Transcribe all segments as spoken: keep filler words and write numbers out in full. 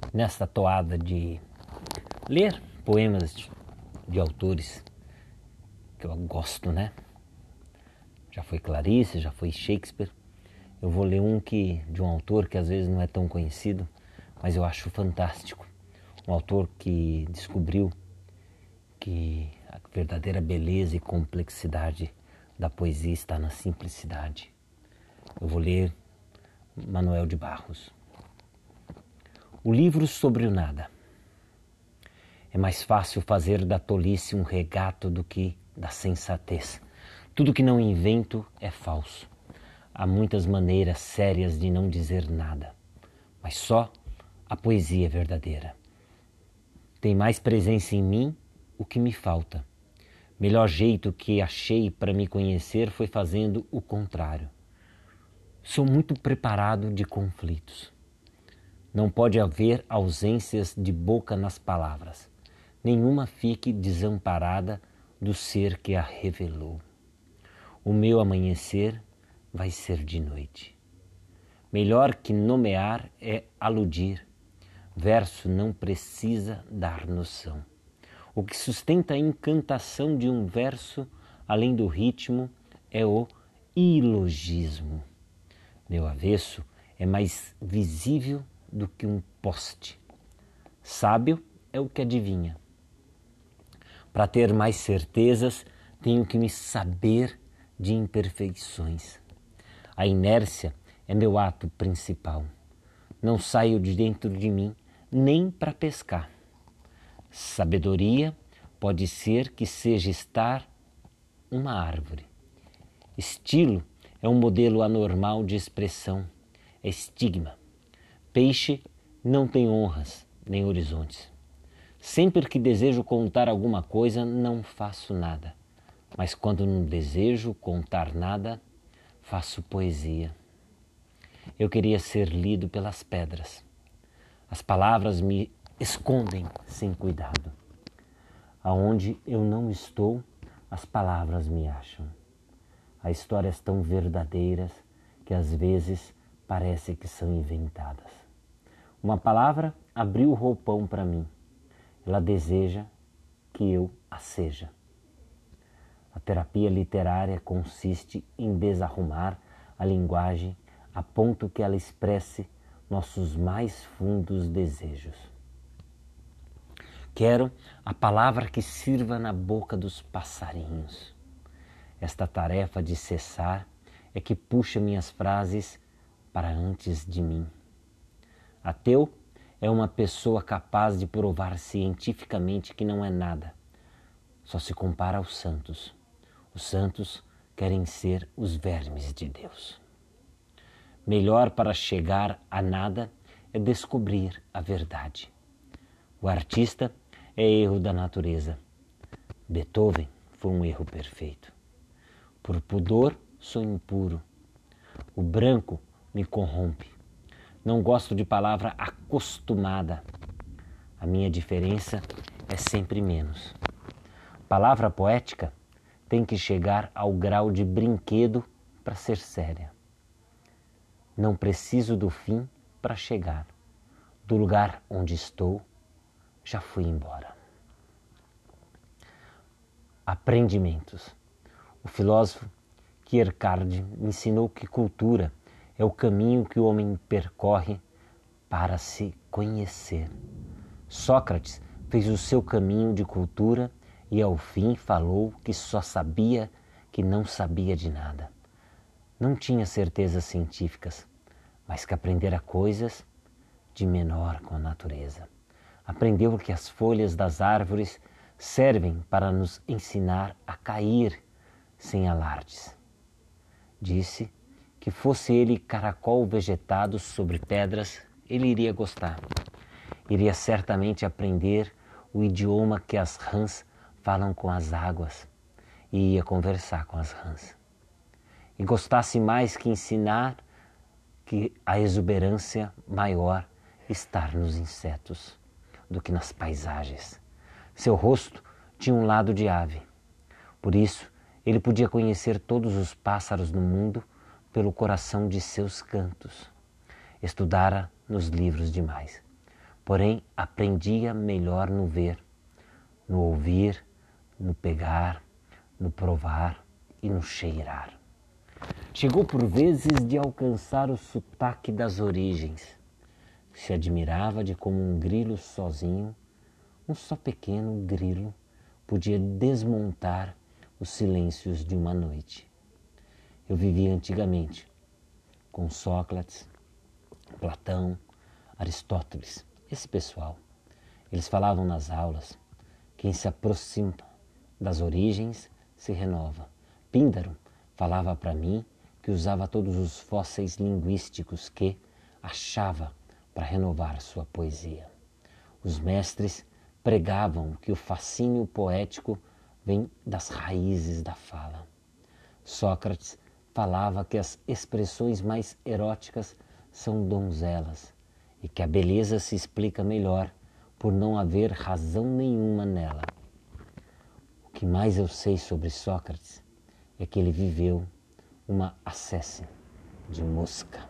nesta toada de ler poemas de, de autores que eu gosto, né? Já foi Clarice, já foi Shakespeare. Eu vou ler um que, de um autor que às vezes não é tão conhecido, mas eu acho fantástico. Um autor que descobriu que a verdadeira beleza e complexidade da poesia está na simplicidade. Eu vou ler Manuel de Barros. O livro sobre o nada. É mais fácil fazer da tolice um regato do que da sensatez. Tudo que não invento é falso. Há muitas maneiras sérias de não dizer nada, mas só a poesia é verdadeira. Tem mais presença em mim o que me falta. Melhor jeito que achei para me conhecer foi fazendo o contrário. Sou muito preparado de conflitos. Não pode haver ausências de boca nas palavras. Nenhuma fique desamparada do ser que a revelou. O meu amanhecer vai ser de noite. Melhor que nomear é aludir. Verso não precisa dar noção. O que sustenta a encantação de um verso, além do ritmo, é o ilogismo. Meu avesso é mais visível do que um poste. Sábio é o que adivinha. Para ter mais certezas, tenho que me saber de imperfeições. A inércia é meu ato principal. Não saio de dentro de mim nem para pescar. Sabedoria pode ser que seja estar uma árvore. Estilo é um modelo anormal de expressão, é estigma. Peixe não tem honras nem horizontes. Sempre que desejo contar alguma coisa, não faço nada. Mas quando não desejo contar nada, faço poesia. Eu queria ser lido pelas pedras. As palavras me escondem sem cuidado. Aonde eu não estou, as palavras me acham. Há histórias tão verdadeiras que às vezes parece que são inventadas. Uma palavra abriu o roupão para mim. Ela deseja que eu a seja. A terapia literária consiste em desarrumar a linguagem a ponto que ela expresse nossos mais fundos desejos. Quero a palavra que sirva na boca dos passarinhos. Esta tarefa de cessar é que puxa minhas frases para antes de mim. Ateu é uma pessoa capaz de provar cientificamente que não é nada. Só se compara aos santos. Os santos querem ser os vermes de Deus. Melhor para chegar a nada é descobrir a verdade. O artista é erro da natureza. Beethoven foi um erro perfeito. Por pudor sou impuro. O branco me corrompe. Não gosto de palavra acostumada. A minha diferença é sempre menos. Palavra poética tem que chegar ao grau de brinquedo para ser séria. Não preciso do fim para chegar. Do lugar onde estou, já fui embora. Aprendimentos. O filósofo Kierkegaard me ensinou que cultura é o caminho que o homem percorre para se conhecer. Sócrates fez o seu caminho de cultura e ao fim falou que só sabia que não sabia de nada. Não tinha certezas científicas, mas que aprendera coisas de menor com a natureza. Aprendeu que as folhas das árvores servem para nos ensinar a cair sem alardes. Disse que fosse ele caracol vegetado sobre pedras, ele iria gostar. Iria certamente aprender o idioma que as rãs falam com as águas e ia conversar com as rãs. E gostasse mais que ensinar que a exuberância maior está nos insetos do que nas paisagens. Seu rosto tinha um lado de ave. Por isso, ele podia conhecer todos os pássaros do mundo pelo coração de seus cantos. Estudara nos livros demais. porém aprendia melhor no ver, no ouvir, no pegar, no provar e no cheirar. Chegou por vezes de alcançar o sotaque das origens. Se admirava de como um grilo sozinho, um só pequeno grilo, podia desmontar os silêncios de uma noite. Eu vivia antigamente com Sócrates, Platão, Aristóteles, esse pessoal. Eles falavam nas aulas: quem se aproxima das origens se renova. Píndaro falava para mim que usava todos os fósseis linguísticos que achava para renovar sua poesia. Os mestres pregavam que o fascínio poético vem das raízes da fala. Sócrates falava que as expressões mais eróticas são donzelas e que a beleza se explica melhor por não haver razão nenhuma nela. O que mais eu sei sobre Sócrates é que ele viveu uma acesse de mosca.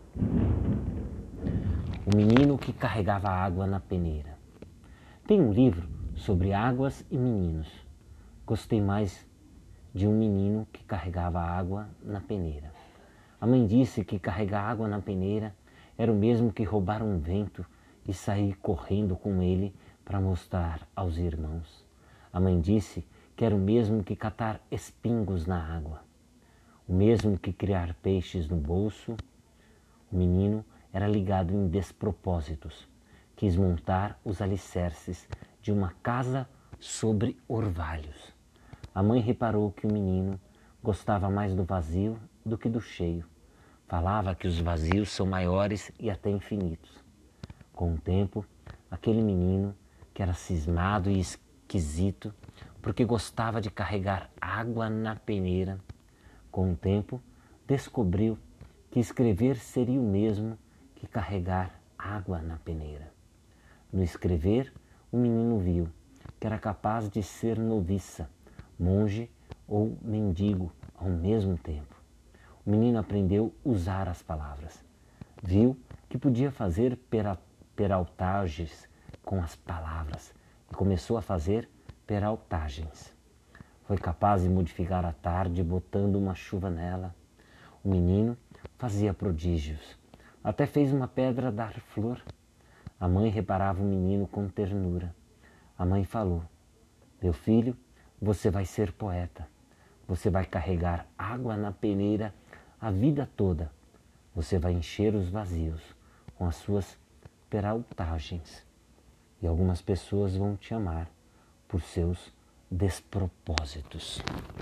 O menino que carregava água na peneira. Tem um livro sobre águas e meninos. Gostei mais de um menino que carregava água na peneira. A mãe disse que carregar água na peneira era o mesmo que roubar um vento e sair correndo com ele para mostrar aos irmãos. A mãe disse que era o mesmo que catar espingos na água, o mesmo que criar peixes no bolso. O menino era ligado em despropósitos. Quis montar os alicerces de uma casa sobre orvalhos. A mãe reparou que o menino gostava mais do vazio do que do cheio. Falava que os vazios são maiores e até infinitos. Com o tempo, aquele menino, que era cismado e esquisito, porque gostava de carregar água na peneira, com o tempo descobriu que escrever seria o mesmo que carregar água na peneira. No escrever, o menino viu que era capaz de ser noviça, monge ou mendigo ao mesmo tempo. O menino aprendeu a usar as palavras. Viu que podia fazer peraltagens com as palavras e começou a fazer peraltagens. Foi capaz de modificar a tarde botando uma chuva nela. O menino fazia prodígios. Até fez uma pedra dar flor. A mãe reparava o menino com ternura. A mãe falou: meu filho, você vai ser poeta. Você vai carregar água na peneira a vida toda. Você vai encher os vazios com as suas peraltagens. E algumas pessoas vão te amar por seus despropósitos.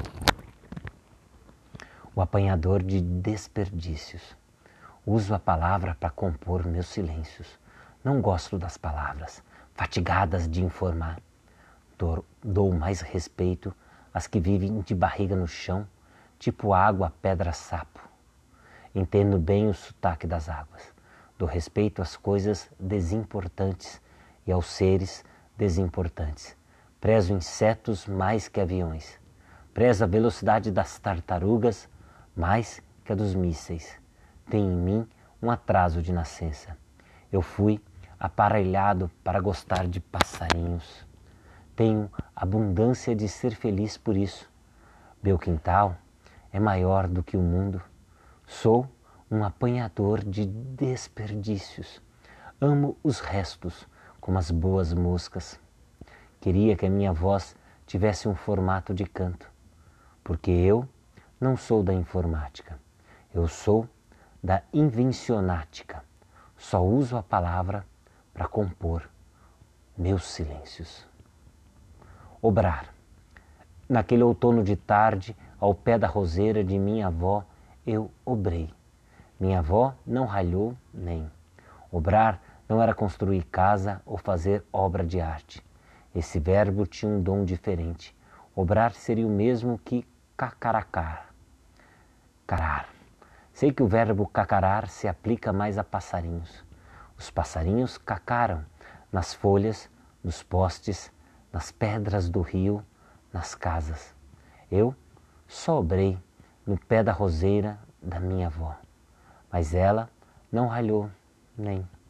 O apanhador de desperdícios. Uso a palavra para compor meus silêncios. Não gosto das palavras, fatigadas de informar. Dou, dou mais respeito às que vivem de barriga no chão, tipo água, pedra, sapo. Entendo bem o sotaque das águas. Dou respeito às coisas desimportantes e aos seres desimportantes. Prezo insetos mais que aviões. Prezo a velocidade das tartarugas mais que a dos mísseis. Tem em mim um atraso de nascença. Eu fui aparelhado para gostar de passarinhos. Tenho abundância de ser feliz por isso. Meu quintal é maior do que o mundo. Sou um apanhador de desperdícios. Amo os restos como as boas moscas. Queria que a minha voz tivesse um formato de canto, porque eu não sou da informática. Eu sou da invencionática. Só uso a palavra para compor meus silêncios. Obrar. Naquele outono de tarde, ao pé da roseira de minha avó, eu obrei. Minha avó não ralhou nem. Obrar não era construir casa ou fazer obra de arte. Esse verbo tinha um dom diferente. Obrar seria o mesmo que cacaracar. Carar. Sei que o verbo cacarar se aplica mais a passarinhos. Os passarinhos cacaram nas folhas, nos postes, nas pedras do rio, nas casas. Eu só obrei no pé da roseira da minha avó. Mas ela não ralhou nem.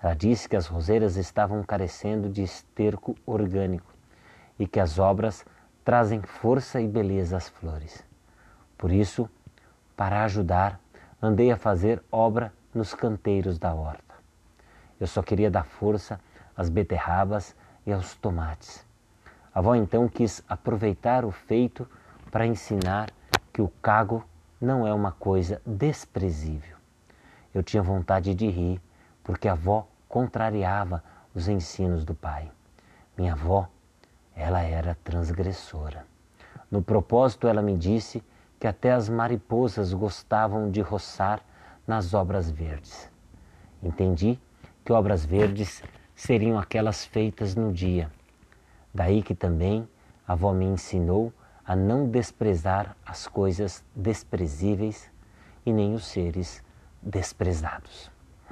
Ela disse que as roseiras estavam carecendo de esterco orgânico e que as obras trazem força e beleza às flores. Por isso, para ajudar, andei a fazer obra nos canteiros da horta. Eu só queria dar força às beterrabas e aos tomates. A avó então quis aproveitar o feito para ensinar que o cago não é uma coisa desprezível. Eu tinha vontade de rir, porque a avó contrariava os ensinos do pai. Minha avó, ela era transgressora. No propósito, ela me disse que até as mariposas gostavam de roçar nas obras verdes. Entendi que obras verdes seriam aquelas feitas no dia. Daí que também a avó me ensinou a não desprezar as coisas desprezíveis e nem os seres desprezados.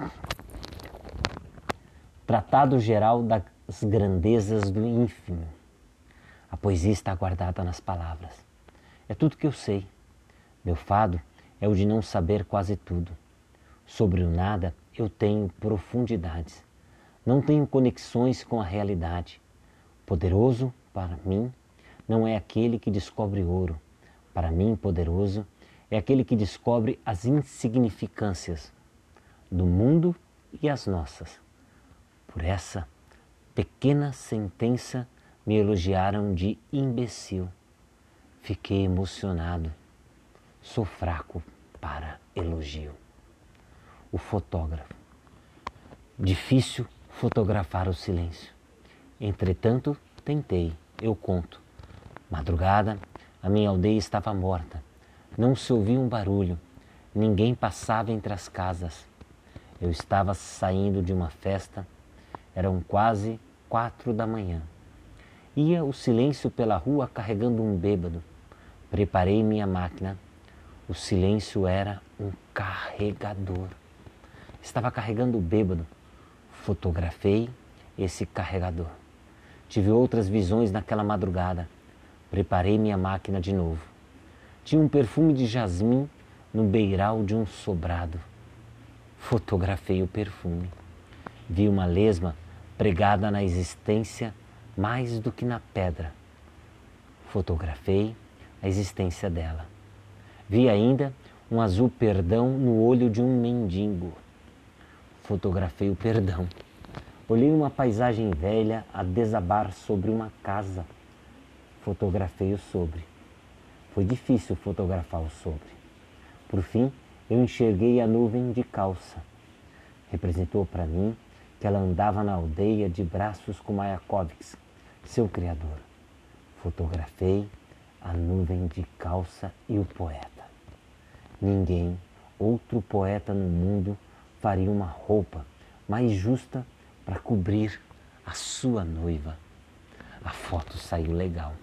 Tratado geral das grandezas do ínfimo. A poesia está guardada nas palavras. É tudo que eu sei. Meu fado é o de não saber quase tudo. Sobre o nada eu tenho profundidades. Não tenho conexões com a realidade. Poderoso, para mim, não é aquele que descobre ouro. Para mim, poderoso é aquele que descobre as insignificâncias do mundo e as nossas. Por essa pequena sentença me elogiaram de imbecil. Fiquei emocionado. Sou fraco para elogio. O fotógrafo. Difícil fotografar o silêncio. Entretanto, tentei, eu conto. Madrugada, a minha aldeia estava morta. Não se ouvia um barulho. Ninguém passava entre as casas. Eu estava saindo de uma festa. Eram quase quatro da manhã. Ia o silêncio pela rua carregando um bêbado. Preparei minha máquina. O silêncio era um carregador. Estava carregando o bêbado. Fotografei esse carregador. Tive outras visões naquela madrugada. Preparei minha máquina de novo. Tinha um perfume de jasmim no beiral de um sobrado. Fotografei o perfume. Vi uma lesma pregada na existência mais do que na pedra. Fotografei a existência dela. Vi ainda um azul perdão no olho de um mendigo. Fotografei o perdão. Olhei uma paisagem velha a desabar sobre uma casa. Fotografei o sobre. Foi difícil fotografar o sobre. Por fim, eu enxerguei a nuvem de calça. Representou para mim que ela andava na aldeia de braços com Mayakovsky, seu criador. Fotografei a nuvem de calça e o poeta. Ninguém, outro poeta no mundo, faria uma roupa mais justa para cobrir a sua noiva. A foto saiu legal.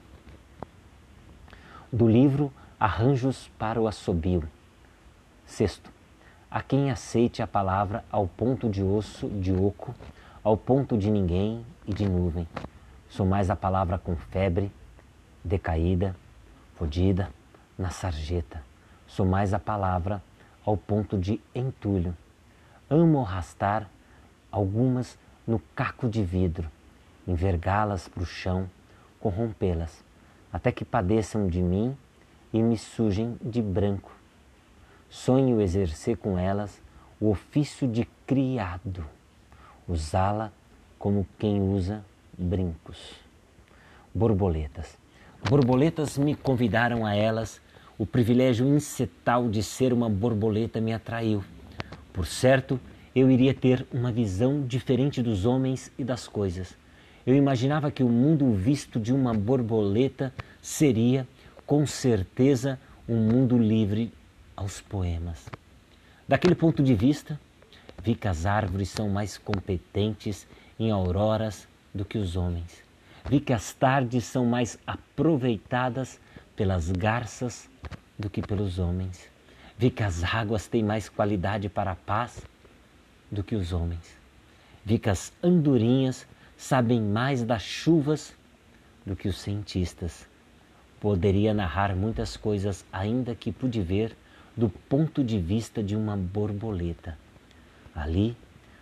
Do livro Arranjos para o Assobio. Sexto, há quem aceite a palavra ao ponto de osso, de oco, ao ponto de ninguém e de nuvem. Sou mais a palavra com febre, decaída, fodida, na sarjeta. Sou mais a palavra ao ponto de entulho. Amo arrastar algumas no caco de vidro, envergá-las para o chão, corrompê-las, até que padeçam de mim e me sujem de branco. Sonho exercer com elas o ofício de criado, usá-la como quem usa brincos. Borboletas. Borboletas me convidaram a elas, o privilégio incetal de ser uma borboleta me atraiu. Por certo, eu iria ter uma visão diferente dos homens e das coisas. Eu imaginava que o mundo visto de uma borboleta seria, com certeza, um mundo livre aos poemas. Daquele ponto de vista, vi que as árvores são mais competentes em auroras do que os homens. Vi que as tardes são mais aproveitadas pelas garças do que pelos homens. Vi que as águas têm mais qualidade para a paz do que os homens. Vi que as andorinhas sabem mais das chuvas do que os cientistas. Poderia narrar muitas coisas, ainda que pude ver do ponto de vista de uma borboleta. Ali,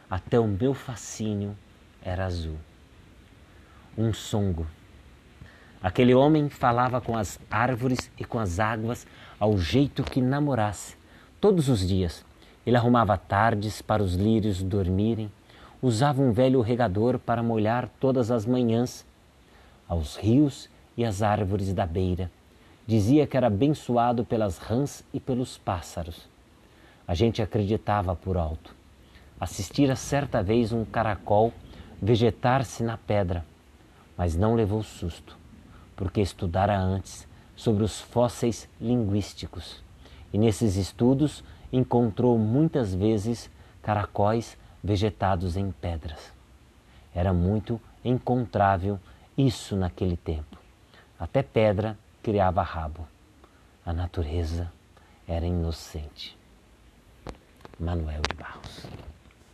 até o meu fascínio era azul. Um songo. Aquele homem falava com as árvores e com as águas ao jeito que namorasse. Todos os dias ele arrumava tardes para os lírios dormirem, usava um velho regador para molhar todas as manhãs aos rios e às árvores da beira. Dizia que era abençoado pelas rãs e pelos pássaros. A gente acreditava por alto. Assistira certa vez um caracol vegetar-se na pedra, mas não levou susto, porque estudara antes sobre os fósseis linguísticos. E nesses estudos encontrou muitas vezes caracóis vegetados em pedras. Era muito encontrável isso naquele tempo. Até pedra criava rabo. A natureza era inocente. Manuel de Barros.